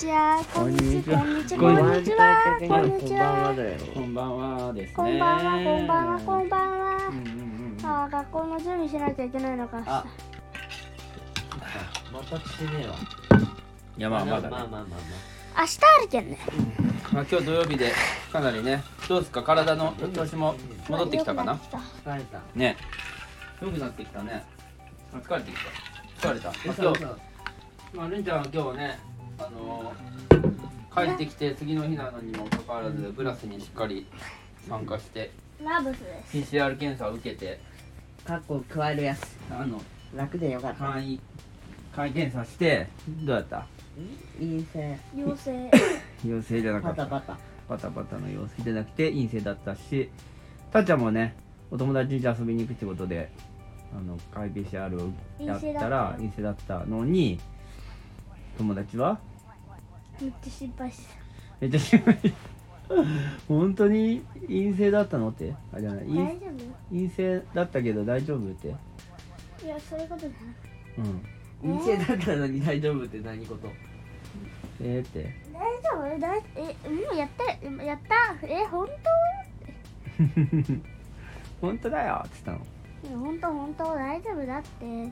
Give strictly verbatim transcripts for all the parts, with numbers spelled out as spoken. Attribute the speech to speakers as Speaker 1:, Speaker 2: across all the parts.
Speaker 1: ちは、こんにちは、こんにちは、こんにちは、こんにちは、
Speaker 2: こんばんはですね。
Speaker 1: こんばんは、こんばんは、こんばんは。
Speaker 2: うんうんうん、
Speaker 1: ああ、学校の準備しなきゃいけないのか。
Speaker 2: あ、
Speaker 3: また来てねえわ。
Speaker 2: いやまあまだね。
Speaker 3: まあまあまあま
Speaker 1: 明日あるけんね。
Speaker 2: まあ今日土曜日でかなりね、どうですか体の調子も戻ってきたかな。
Speaker 3: あ。疲れた。
Speaker 2: ね、良くなってきたね。あ疲れてきた。疲れた。まあ、今日、まあるんちゃんは今日ね、あのー、帰ってきて次の日なのにもかかわらずブラスにしっかり参加して
Speaker 1: ラブスです。
Speaker 2: ピーシーアール 検査を受けて、
Speaker 3: カッコ加えるやつ。
Speaker 2: あの
Speaker 3: 楽でよかった。
Speaker 2: 簡易簡易検査してどうやった？
Speaker 3: 陰性。
Speaker 1: 陽性。
Speaker 2: 陽性じゃなかった。
Speaker 3: パタパタ。
Speaker 2: パタパタの陽性じゃなくて陰性だったし、たっちゃんもねお友達に遊びに行くってことであの簡易 ピーシーアール をやったら陰性だったのに、友達は
Speaker 1: めっちゃ心配して
Speaker 2: めっちゃ心配本当に陰性だったのってあじゃない
Speaker 1: た。大
Speaker 2: 陰
Speaker 1: 丈
Speaker 2: 陰性だったけど大丈夫って
Speaker 1: 夫？いや、そういうことじゃなくて。
Speaker 2: うん
Speaker 3: 陰性だったのに大丈夫って何事？
Speaker 2: えー、って
Speaker 1: 大丈夫？だいえ、もうやったやったえ、本
Speaker 2: 本当だよって言ったの。
Speaker 1: 当？いや、本当本当大丈夫だって。
Speaker 2: うん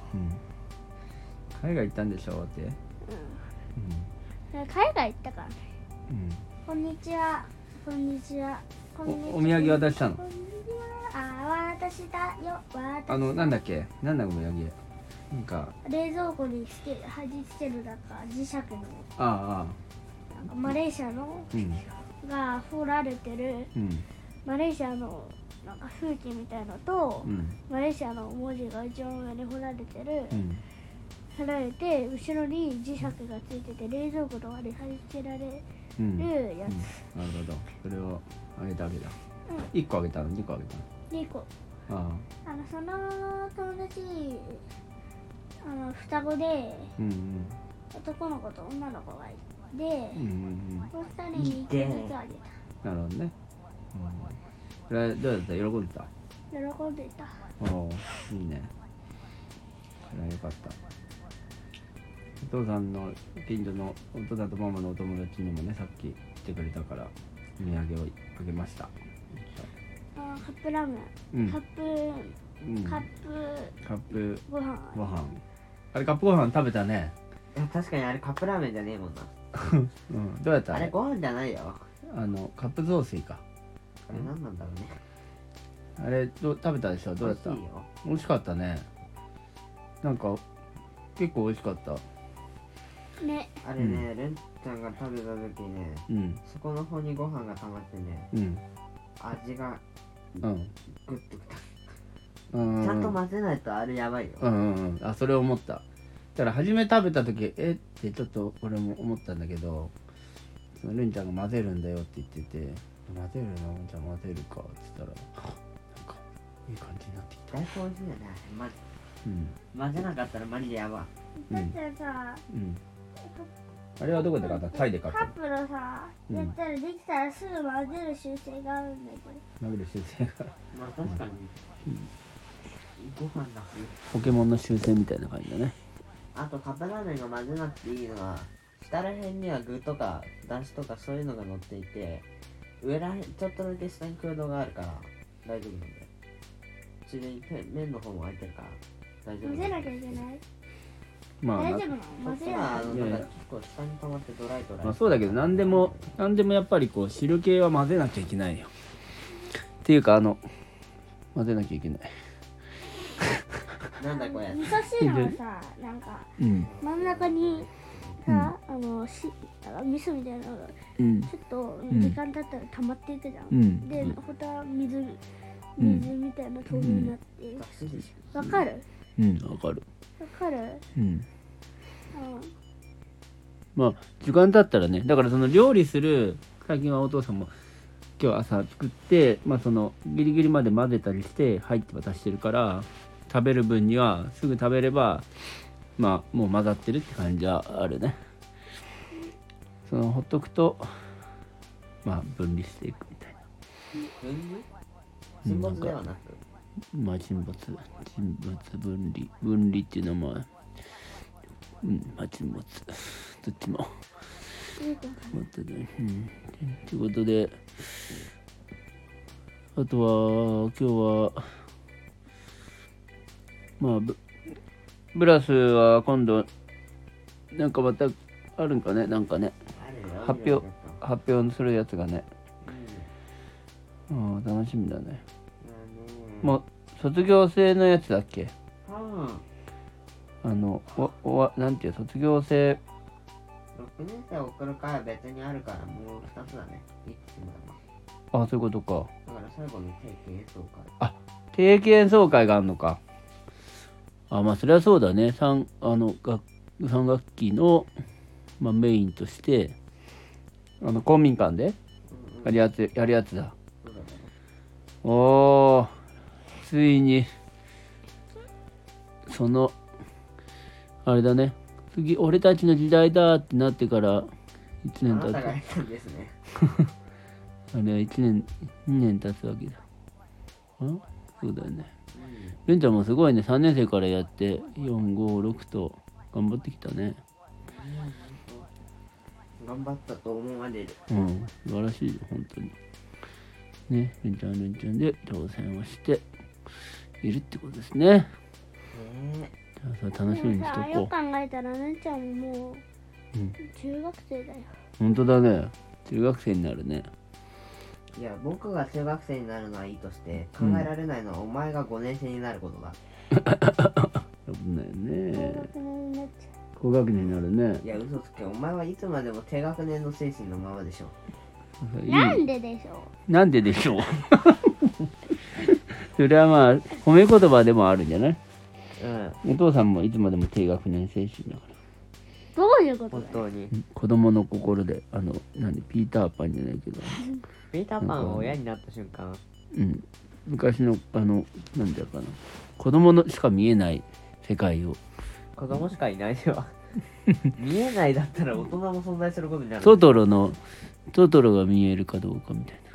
Speaker 2: 海外行ったんでしょって
Speaker 1: うん。
Speaker 2: う
Speaker 1: 海外行ったからね。
Speaker 2: ん、うん
Speaker 1: こんにちは。こんにちは。こんにちは。
Speaker 2: おお土産渡したの？
Speaker 1: こんにちは。あ、私だよ。私
Speaker 2: あのなんだっけなんだお土産なんか
Speaker 1: 冷蔵庫につけ貼り付けるなんか磁石の
Speaker 2: ああ
Speaker 1: なんかマレーシアの
Speaker 2: うん
Speaker 1: が彫られてる
Speaker 2: うん
Speaker 1: マレーシアのなんか風景みたいのと、
Speaker 2: うん
Speaker 1: マレーシアの文字が一番上に彫られてる、
Speaker 2: うん
Speaker 1: 彫られて後ろに磁石がついてて冷蔵庫の割り貼り付けられる
Speaker 2: うんうん、なる
Speaker 1: やつ、
Speaker 2: ほどそれをあげてあげた
Speaker 1: うん
Speaker 2: いっこあげたのにこあげたの
Speaker 1: にこ
Speaker 2: ああ
Speaker 1: あのその友達あの双子で
Speaker 2: うんうん
Speaker 1: 男の子と女の子がいて、
Speaker 2: うんうん
Speaker 1: そのふたりにいっこずつあげ
Speaker 2: うんなるほどね、うん、それどうだった喜んでた？
Speaker 1: た喜んでいた。
Speaker 2: おおいいねそれはよかった。お父さんの近所のお父さんとママのお友達にもねさっき来てくれたからお土産をあげました。
Speaker 1: あカップラーメン、
Speaker 2: うん
Speaker 1: カップ、
Speaker 2: うん、
Speaker 1: カッ
Speaker 2: カップ
Speaker 1: プご飯
Speaker 2: ご飯あれカップご飯食べたね
Speaker 3: いや確かにあれカップラーメンじゃねえもんな。
Speaker 2: うんどうやった
Speaker 3: あれご飯じゃないよ。
Speaker 2: あのカップ雑炊か
Speaker 3: あれ何なんだろうね。
Speaker 2: あれどう食べたでしょどうやった？
Speaker 3: 美味しいよ。
Speaker 2: 美味しかったね。なんか結構美味しかった。
Speaker 1: ね。
Speaker 3: あれね、レンちゃんが食べた時ね、
Speaker 2: うん
Speaker 3: そこの方にご飯が溜まってね、
Speaker 2: うん
Speaker 3: 味が
Speaker 2: うん
Speaker 3: グッときた。
Speaker 2: うん
Speaker 3: ちゃんと混ぜないとあれやばいよ。
Speaker 2: うんうんうんあそれ思った。だから初め食べた時えってちょっと俺も思ったんだけど、そのレンちゃんが混ぜるんだよって言ってて混ぜるのじゃあ混ぜるかって言ったらなんかいい感じになってきた。
Speaker 3: 大根美味しいよね。ま
Speaker 2: うん
Speaker 3: 混ぜなかったらマジでやばい。
Speaker 1: だってさ、
Speaker 2: うんあれはどこで買った？タイで買った
Speaker 1: カップのさ、
Speaker 2: うん
Speaker 1: やったらできたらすぐ混ぜる習性があるんだけど。
Speaker 2: の投げる習性が
Speaker 3: まあ確かに、ご飯だし。
Speaker 2: ポケモンの習性みたいな感じだね。
Speaker 3: あとカップラーメンが混ぜなくていいのは、下らへんには具とかだしとかそういうのが乗っていて、上らへんちょっとだけ下に空洞があるから大丈夫なんだよ。ついでに麺の方も空いてるから大丈夫
Speaker 1: 混ぜなきゃいけない。
Speaker 2: まあな
Speaker 1: 大丈夫なの？
Speaker 3: そっち
Speaker 1: 混ぜな
Speaker 3: はあのなんか
Speaker 2: いやいや
Speaker 3: 結構下に溜まってドライドライ。
Speaker 2: まあそうだけど何でも何でもやっぱりこう汁系は混ぜなきゃいけないよ。っていうかあの混ぜなきゃいけない。
Speaker 3: なんだこれ。
Speaker 1: 味噌汁はさ、なんか
Speaker 2: うん
Speaker 1: 真ん中にさ、あのしなんか味噌みたいなのが
Speaker 2: うん
Speaker 1: ちょっと
Speaker 2: ん
Speaker 1: 時間経ったら溜まっていくじゃん。
Speaker 2: うん
Speaker 1: で、
Speaker 2: うん
Speaker 1: ほた水
Speaker 2: うん
Speaker 1: 水みたいな透明になって。
Speaker 3: 出汁でし
Speaker 1: わかる？
Speaker 2: うんわかる。
Speaker 1: わかる？
Speaker 2: うん
Speaker 1: うん。
Speaker 2: まあ時間経ったらねだからその料理する最近はお父さんも今日朝作ってまあそのギリギリまで混ぜたりして入って渡してるから食べる分にはすぐ食べればまあもう混ざってるって感じはあるね。そのほっとくとまあ分離していくみたいな。
Speaker 3: 分離？沈没ではなく。
Speaker 2: まあ沈没沈没分離分離っていうのはまあうんまあ沈没どっちも
Speaker 1: じゅうくんか
Speaker 2: 待ってね。うん。ということで、あとは今日はまあブブラスは今度なんかまたあるんかね、なんかね
Speaker 3: あるよ
Speaker 2: 発表
Speaker 3: いろいろと
Speaker 2: 発表するやつがね。
Speaker 3: うん
Speaker 2: ああ楽しみだね。
Speaker 3: まあね
Speaker 2: もう卒業生のやつだっけ？
Speaker 3: うん
Speaker 2: あのおおわなんていう卒業生
Speaker 3: ろくねん生送る会は別にあるからもうふたつだね。いくつもだね。
Speaker 2: あそういうことか。
Speaker 3: だから最後の定期演奏会。
Speaker 2: 定期演奏会があるのか。あまあそれはそうだね。三あの学三学期の、まあ、メインとしてあの公民館で
Speaker 3: うんうん
Speaker 2: やるやつやるやつだ。
Speaker 3: そうだね。
Speaker 2: おーついにそのあれだね。次俺たちの時代だってなってからいちねん経つ。
Speaker 3: あなたがやったんですね。
Speaker 2: あれはいちねんにねん経つわけだ。んそうだよね。
Speaker 3: うん
Speaker 2: レンちゃんもすごいね。さんねん生からやってよんごろくと頑張ってきたね。
Speaker 3: 頑張ったと思われる。
Speaker 2: うん素晴らしいよ本当にね。レンちゃんはレンちゃんで挑戦をしているってことですね。
Speaker 3: ね
Speaker 2: じゃあそれ楽しみにしと
Speaker 1: さよく
Speaker 2: こ
Speaker 1: 考えたらぬんちゃんもも
Speaker 2: う。うん
Speaker 1: う中学生だよ。
Speaker 2: 本当だね。中学生になるね。
Speaker 3: え。いや、僕が中学生になるのはいいとして考えられないのはお前がごねん生になることだ。
Speaker 2: 危ない
Speaker 1: 高
Speaker 2: ね。
Speaker 1: 学年になっちゃ
Speaker 2: 高学年になるね
Speaker 3: い。や、嘘つけ。お前はいつまでも低学年の精神のままでしょ。
Speaker 1: う。
Speaker 2: いい
Speaker 1: なんででしょ
Speaker 2: なんででしょうそれはまあ褒め言葉でもあるんじゃない？
Speaker 3: うん。
Speaker 2: お父さんもいつまでも低学年精神だから
Speaker 1: う。どういうことだよ。
Speaker 3: 本当に。
Speaker 2: 子供の心であの何ピーターパンじゃないけど、
Speaker 3: ピーターパンは親になった瞬間。
Speaker 2: うん、昔のあのなんだかな子供のしか見えない世界を
Speaker 3: 子供しかいないでは。見えないだったら大人も存在することになる。
Speaker 2: トトロのトトロが見えるかどうかみたい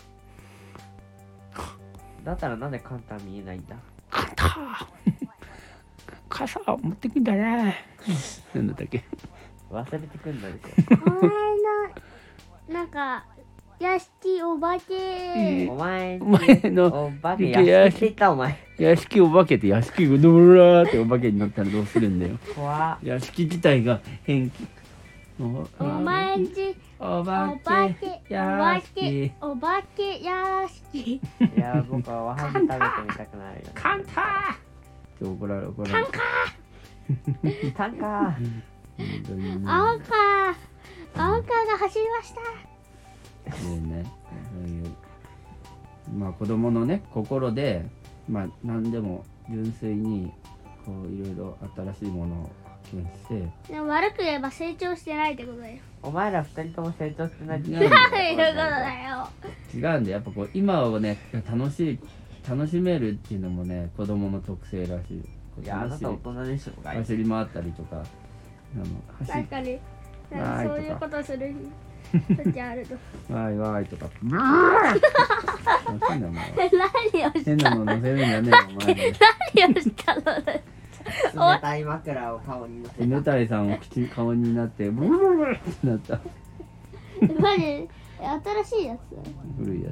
Speaker 2: な。
Speaker 3: だったらなんでカンタ見えないんだ。
Speaker 2: カンター傘を持ってくんだねなんだったっけ。
Speaker 3: 忘れてくんだでし
Speaker 1: お前のなんか屋敷お化け
Speaker 3: ょ。お前
Speaker 2: お前の
Speaker 3: お化け屋敷って言ったお前。
Speaker 2: 屋敷お化けって屋敷がドブラーってお化けになったらどうするんだよ。
Speaker 3: 怖っ。
Speaker 2: 屋敷自体が変気。
Speaker 1: お前んち
Speaker 2: お
Speaker 1: お化
Speaker 2: 化
Speaker 1: け
Speaker 2: け
Speaker 1: お化
Speaker 2: 屋
Speaker 1: け
Speaker 2: 敷
Speaker 1: お化け屋敷
Speaker 3: いや、僕はおはぎ食べてみたくなるよ。
Speaker 2: カンター怒られる怒られる。
Speaker 3: タンカー。
Speaker 2: 本当にね
Speaker 1: 青か青かが走りました。
Speaker 2: そうねそういうまあ子供のね心でまあ何でも純粋にこういろいろ新しいものを発見して
Speaker 1: でも悪く言えば成長してないってことだよ。
Speaker 3: お前ら二人とも成長してないって
Speaker 2: 違
Speaker 1: そういうこと
Speaker 3: だ
Speaker 1: だよ。
Speaker 2: 違うんでやっぱこう今をね楽しい楽しめるっていうのもね子供の特性らしい。
Speaker 3: いや、あな
Speaker 2: 楽したい
Speaker 3: 大人でしょうが。
Speaker 2: 走り回ったりとかあの走っ
Speaker 1: 確かになんかそういうことする時あると。
Speaker 2: わーいわーいとかブー変なもん
Speaker 1: 何をし
Speaker 2: 変なの乗せるんじゃねえよお前ね
Speaker 1: 何をしたの
Speaker 3: 冷たい枕を顔に乗せ
Speaker 2: 犬
Speaker 3: た。
Speaker 2: 谷さんを口顔になってブルブルブルってなった
Speaker 1: マジ新しいやつ。
Speaker 2: 古いや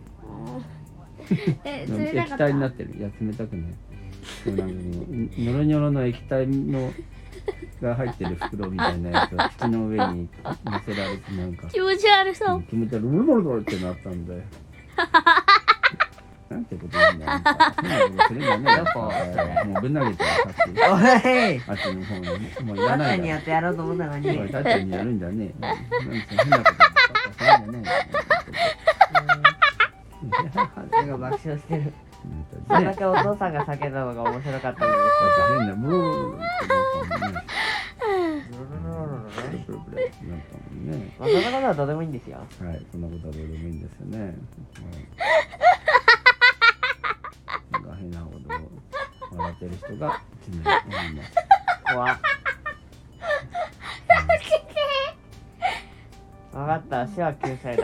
Speaker 1: え、
Speaker 2: つ
Speaker 1: それなかった。
Speaker 2: 液体になってるいや冷たくないそうなんかもうニョロニョロの液体のが入ってる袋みたいなやつを口の上に乗せられてなんか
Speaker 1: 気持ち悪そうう。
Speaker 2: ん気持ち悪いブルブルブルってなったんだよなんてこと言うんだよあんた変なことするんだね
Speaker 3: どこ
Speaker 2: もうぶん投げてよさっき
Speaker 3: おい
Speaker 2: あっちの方にもういら
Speaker 3: タ
Speaker 2: ないだろ
Speaker 3: ッチにやってやろうと思ったのに。
Speaker 2: おいタッチにやるんじゃねえなんか変なことばっかするんじゃね
Speaker 3: なんか爆笑してる。
Speaker 2: え
Speaker 3: そんだけお父さんが叫んだのが面白かったんです
Speaker 2: 変なブルブルブルってなったもんね
Speaker 3: ブルルルルルルルね。
Speaker 2: ブルブルってなったもんね
Speaker 3: まあ、そんなことはどうでもいいんですよ。
Speaker 2: はい、そんなことはどうでもいいんですよね。はい、なんか変なほど笑ってる人がいち名います。
Speaker 3: 怖っ。わかった、死は救済だ。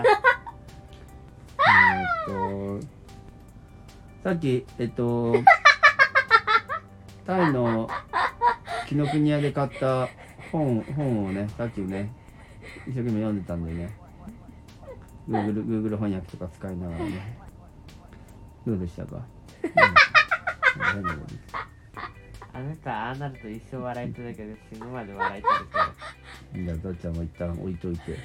Speaker 2: えーっと、さっき、えっと、タイの紀ノ国屋で買った本本をね、さっきね、 一生懸命読んでたんでね Google, Google 翻訳とか使いながらねどうでしたか、うん、
Speaker 3: あなたああなると一生笑い続けて死ぬまで笑い続ける。
Speaker 2: じゃあたっちゃんも一旦置いといて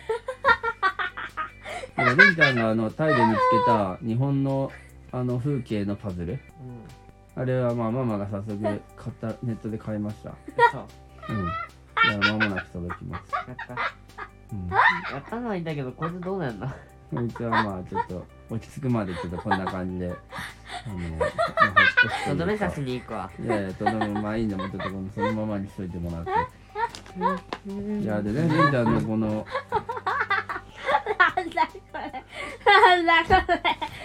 Speaker 2: なんかりんちゃんがあのタイで見つけた日本のあの風景のパズル、
Speaker 3: うん、
Speaker 2: あれはまあママが早速買ったネットで買いました。
Speaker 3: そう
Speaker 2: うん。だから間もなく届きます。
Speaker 3: やった、
Speaker 2: うん。
Speaker 3: やったのはいいんだけどこいつどうなんの。
Speaker 2: こいつはまあちょっと落ち着くまでちょっとこんな感じであの、まあ、
Speaker 3: とどめさしに行くわ。
Speaker 2: いやいやとどめまあいいんだもんちょっとこのそのままにしといてもらって。いやでねりんちゃんのこの
Speaker 1: なんだこれなんだこれ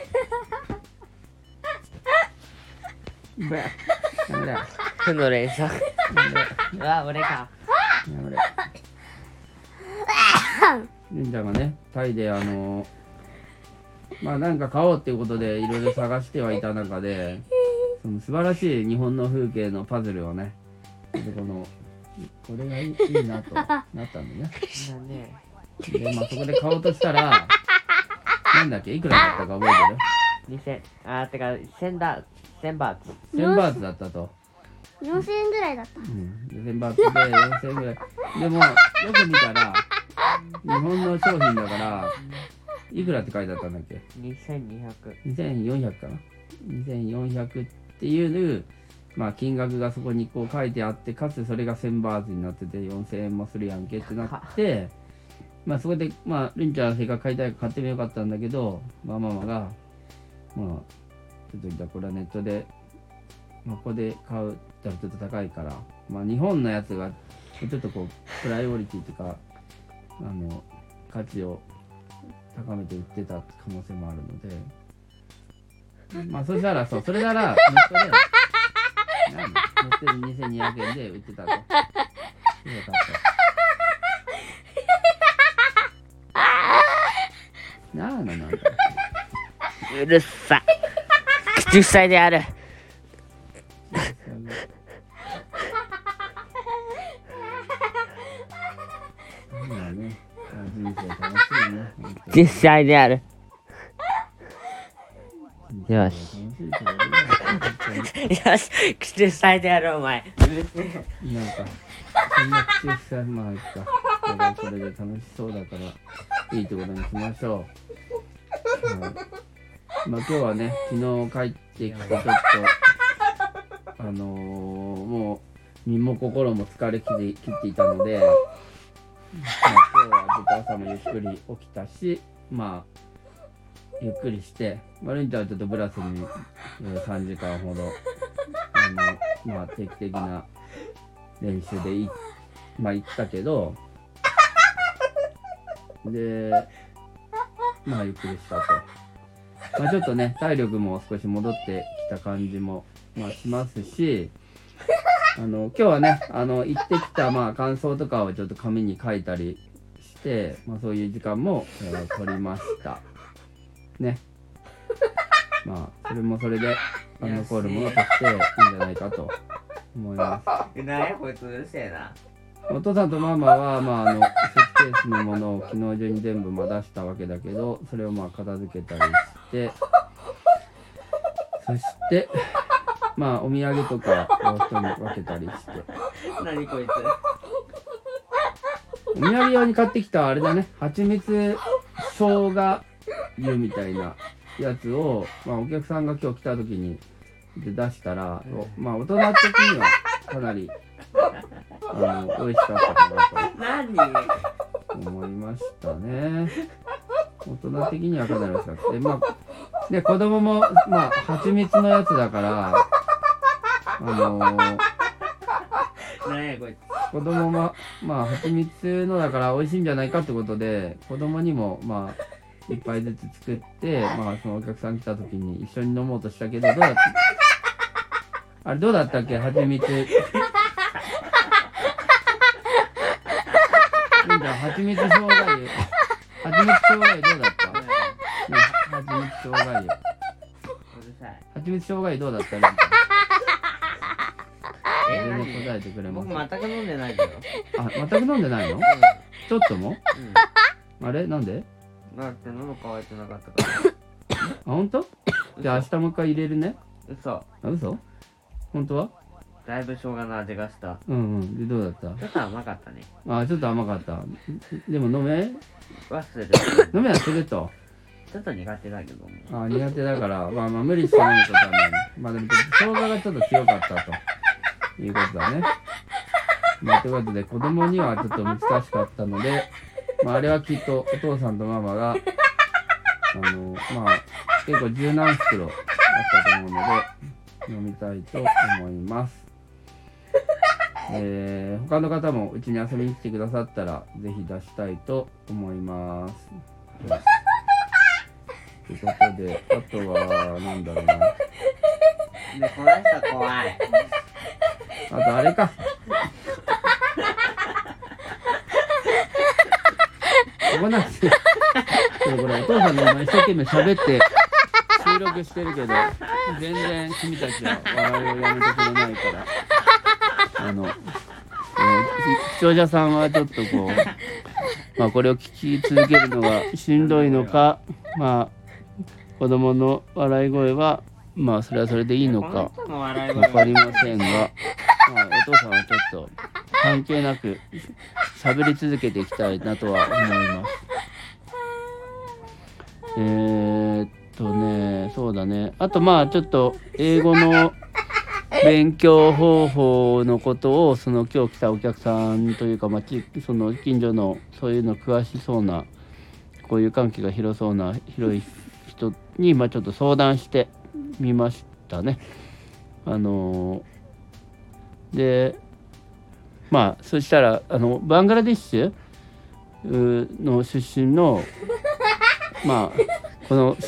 Speaker 2: べやめれ
Speaker 3: 負の連鎖。うわ俺か。
Speaker 2: やめれりんちゃんがねタイであのまあなんか買おうっていうことでいろいろ探してはいた中でその素晴らしい日本の風景のパズルをねちょっとこのこれがいい、いいなとなったんでね。
Speaker 3: なんで
Speaker 2: でまあそこで買おうとしたらなんだっけいくらだったか覚えてる？
Speaker 3: にせんあーてかせんだせんバーツ
Speaker 2: せんバーツだったと。
Speaker 1: よんせんえんぐらいだった。
Speaker 2: うんでせんバーツでよんせんえんぐらいでもよく見たら日本の商品だからいくらって書いてあったんだっけ？
Speaker 3: にせんにひゃく
Speaker 2: にせんよんひゃくかなにせんよんひゃくっていうまあ金額がそこにこう書いてあってかつそれがせんバーツになっててよんせんえんもするやんけってなってまあそこでまありんちゃんがせっかく買いたいから買ってみよかったんだけどまあママがまあちょっとじゃあこれはネットでまあここで買うとちょっと高いからまあ日本のやつがちょっとこうプライオリティというかあの価値を高めて売ってた可能性もあるのでまあそしたらそうそれならネットで何ネットでにせんにひゃくえんで売ってたとよかったなあななんだ
Speaker 3: うるさ口塞いである。
Speaker 2: まあね人生楽しいね
Speaker 3: 口塞いである。よしよし口塞いであるお前。うるせえ。
Speaker 2: なんかそんな口塞いまあいっかだからこれで楽しそうだからいいってことにしましょう、はいまあ今日はね昨日帰ってきてちょっとあのー、もう身も心も疲れ切ってきっていたので、まあ、今日はちょっと朝もゆっくり起きたしまあゆっくりしてまありんちゃんはちょっとブラスに、えー、さんじかんほどあのまあ定期的な練習でいまあ行ったけどでまあゆっくりしたと。まあ、ちょっとね体力も少し戻ってきた感じも、まあ、しますしあの今日はねあの行ってきたまあ感想とかをちょっと紙に書いたりして、まあ、そういう時間も、えー、取りましたね。まあそれもそれで残るものとしていいんじゃないかと思います。
Speaker 3: なんやこいつうるせえな。
Speaker 2: お父さんとママは、まあ、あのスーツケースのものを昨日中に全部まあ出したわけだけどそれをまあ片付けたりしてそしてまあお土産とかを人に分けたりして
Speaker 3: 何こいつ。
Speaker 2: お土産用に買ってきたあれだね蜂蜜生姜湯みたいなやつを、まあ、お客さんが今日来た時に出したら、まあ大人的にはかなりあの美味しかったかなと
Speaker 3: 何
Speaker 2: 思いましたね。大人的にはかなり美味しかった。で、まあ、で子供もまあ蜂蜜のやつだからあのー、
Speaker 3: 何やこいつ。
Speaker 2: 子供もまあ蜂蜜のだから美味しいんじゃないかってことで子供にもまあいっぱいずつ作ってまあそのお客さん来た時に一緒に飲もうとしたけどどうだったあれどうだったっけ蜂蜜蜂蜜生姜湯蜂蜜生姜湯どうだった、ね、蜂蜜生姜湯
Speaker 3: うるさい。
Speaker 2: 蜂蜜生姜湯どうだった
Speaker 3: え
Speaker 2: 全然答えてくれます。
Speaker 3: 僕全く飲んでないけど。
Speaker 2: あ、全く飲んでないの？ちょっとも？あれなんで？
Speaker 3: だって喉乾いてなかったから。
Speaker 2: あ、本当？じゃあ明日もう一回入れるね。
Speaker 3: 嘘。
Speaker 2: あ、嘘？本当は？
Speaker 3: だいぶ生姜の味がした。
Speaker 2: うんうん。でどうだった？
Speaker 3: ちょっと甘かったね。
Speaker 2: あ、ちょっと甘かった。でも飲め？
Speaker 3: はする。
Speaker 2: 飲めはすると。
Speaker 3: ちょっと苦手だけども。
Speaker 2: あ、苦手だから、まあまあ無理して飲むことはない。まあでも生姜がちょっと強かったということだね。まあということで子供にはちょっと難しかったので、まああれはきっとお父さんとママがあのまあ結構十何袋あったと思うので飲みたいと思います。えー、他の方もうちに遊びに来てくださったらぜひ出したいと思います。ということで、あとはなんだろうな。
Speaker 3: で、この人怖い。
Speaker 2: あとあれか。ここなんですよ。これお父さんの今一生懸命喋って収録してるけど、全然君たちは笑いをやめてくれないから。あの、えー、視聴者さんはちょっとこう、まあこれを聞き続けるのがしんどいのか、まあ子供の笑い声はまあそれはそれでいいのかわかりませんが、まあ、お父さんはちょっと関係なく喋り続けていきたいなとは思います。えーっとね、そうだね。あとまあちょっと英語の勉強方法のことをその今日来たお客さんというか、まあ、その近所のそういうの詳しそうなこういう関係が広そうな広い人にまあちょっと相談してみましたね。あのー、でまあそしたらあのバングラデシュの出身のまあこの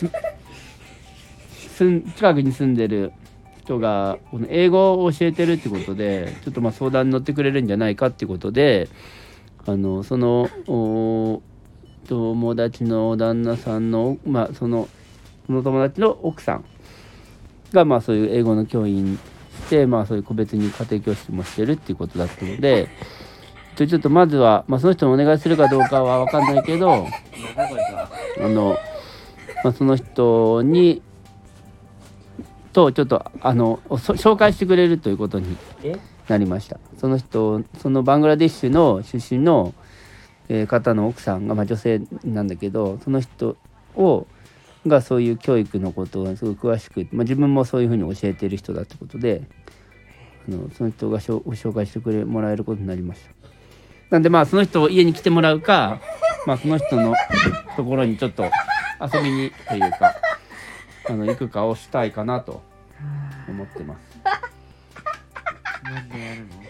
Speaker 2: 近くに住んでる人がこの英語を教えてるってことでちょっとまあ相談に乗ってくれるんじゃないかってことで、あのその友達の旦那さんのまあそのその友達の奥さんがまあそういう英語の教員してまあそういう個別に家庭教師もしてるっていうことだったので、ちょっとまずはまあその人にお願いするかどうかは分かんないけど、あのまあその人にとちょっとあの紹介してくれるということになりました。その人、そのバングラデシュの出身の、えー、方の奥さんが、まあ、女性なんだけど、その人をがそういう教育のことがすごく詳しく、まあ、自分もそういうふうに教えている人だってことで、あのその人がしょ紹介してくれもらえることになりました。なんでまあその人を家に来てもらうか、まあ、その人のところにちょっと遊びにというかあの行くかをしたいかなと思ってます。
Speaker 3: なんでやるの？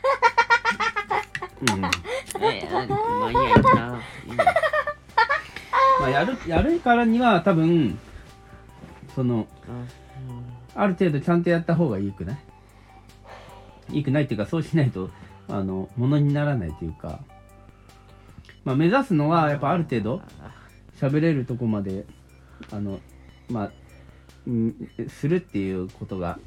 Speaker 2: うん。
Speaker 3: え、まあいいや、いいな。いいな。
Speaker 2: まあやるやるからには多分そのある程度ちゃんとやった方がいいくない？いいくないっていうかそうしないとあのものにならないというか、まあ目指すのはやっぱある程度喋れるとこまであのまあするっていうことが、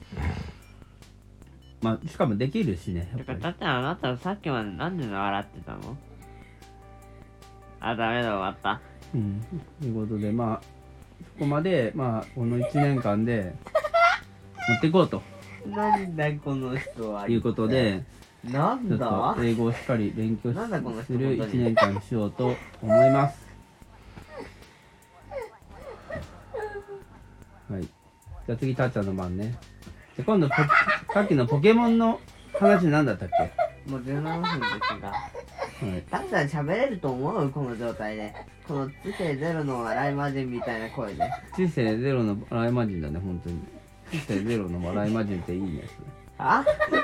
Speaker 2: まあしかもできるしね。やっぱり
Speaker 3: だってあなたさっきまでなんで笑ってたの？あ、ダメだ、終わった。
Speaker 2: うん、ということでまあそこまでまあこのいちねんかんで持っていこうと
Speaker 3: なんだこの人は
Speaker 2: いうことで、
Speaker 3: なん
Speaker 2: ちょっ
Speaker 3: だ
Speaker 2: と英語をしっかり勉強
Speaker 3: なんだこの人
Speaker 2: するいちねんかんにしようと思います。はい。じゃあ次たっちゃんの番ね。で今度さっきのポケモンの話なんだったっけ？
Speaker 3: もうじゅうななふんですが。
Speaker 2: はい。
Speaker 3: だったら喋れると思う？この状態で。この知性ゼロの笑い魔人みたいな声で。
Speaker 2: 知性ゼロの笑い魔人だね、本当に。知性ゼロの笑い魔人っていいね。
Speaker 3: あ？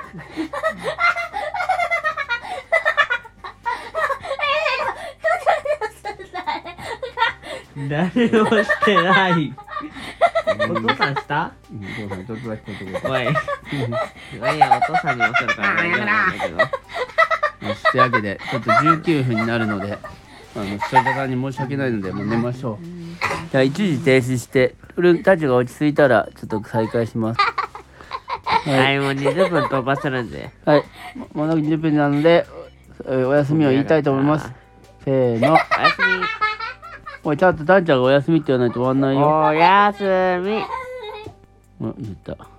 Speaker 3: 誰もしてない。お父さんした？
Speaker 2: うん、お父さんちょっとだけことこと。
Speaker 3: おい。いや、お父さんにもするから大丈夫なんだけど。
Speaker 2: よし、というわけで、ちょっとじゅうきゅうふんになるので、あの視聴者さんに申し訳ないので、もう寝ましょう。じゃあ、一時停止して、たちが落ち着いたら、ちょっと再開します。
Speaker 3: はい、もうにじゅっぷん突破するんで。
Speaker 2: はい、まだにじゅっぷんなので、えーお休みを言いたいと思います。せーの。
Speaker 3: おやす
Speaker 2: おい、ちゃんとタンちゃんがお休みって言わないと終わんない
Speaker 3: み。
Speaker 2: よ。
Speaker 3: おやすみ。
Speaker 2: うん、言った。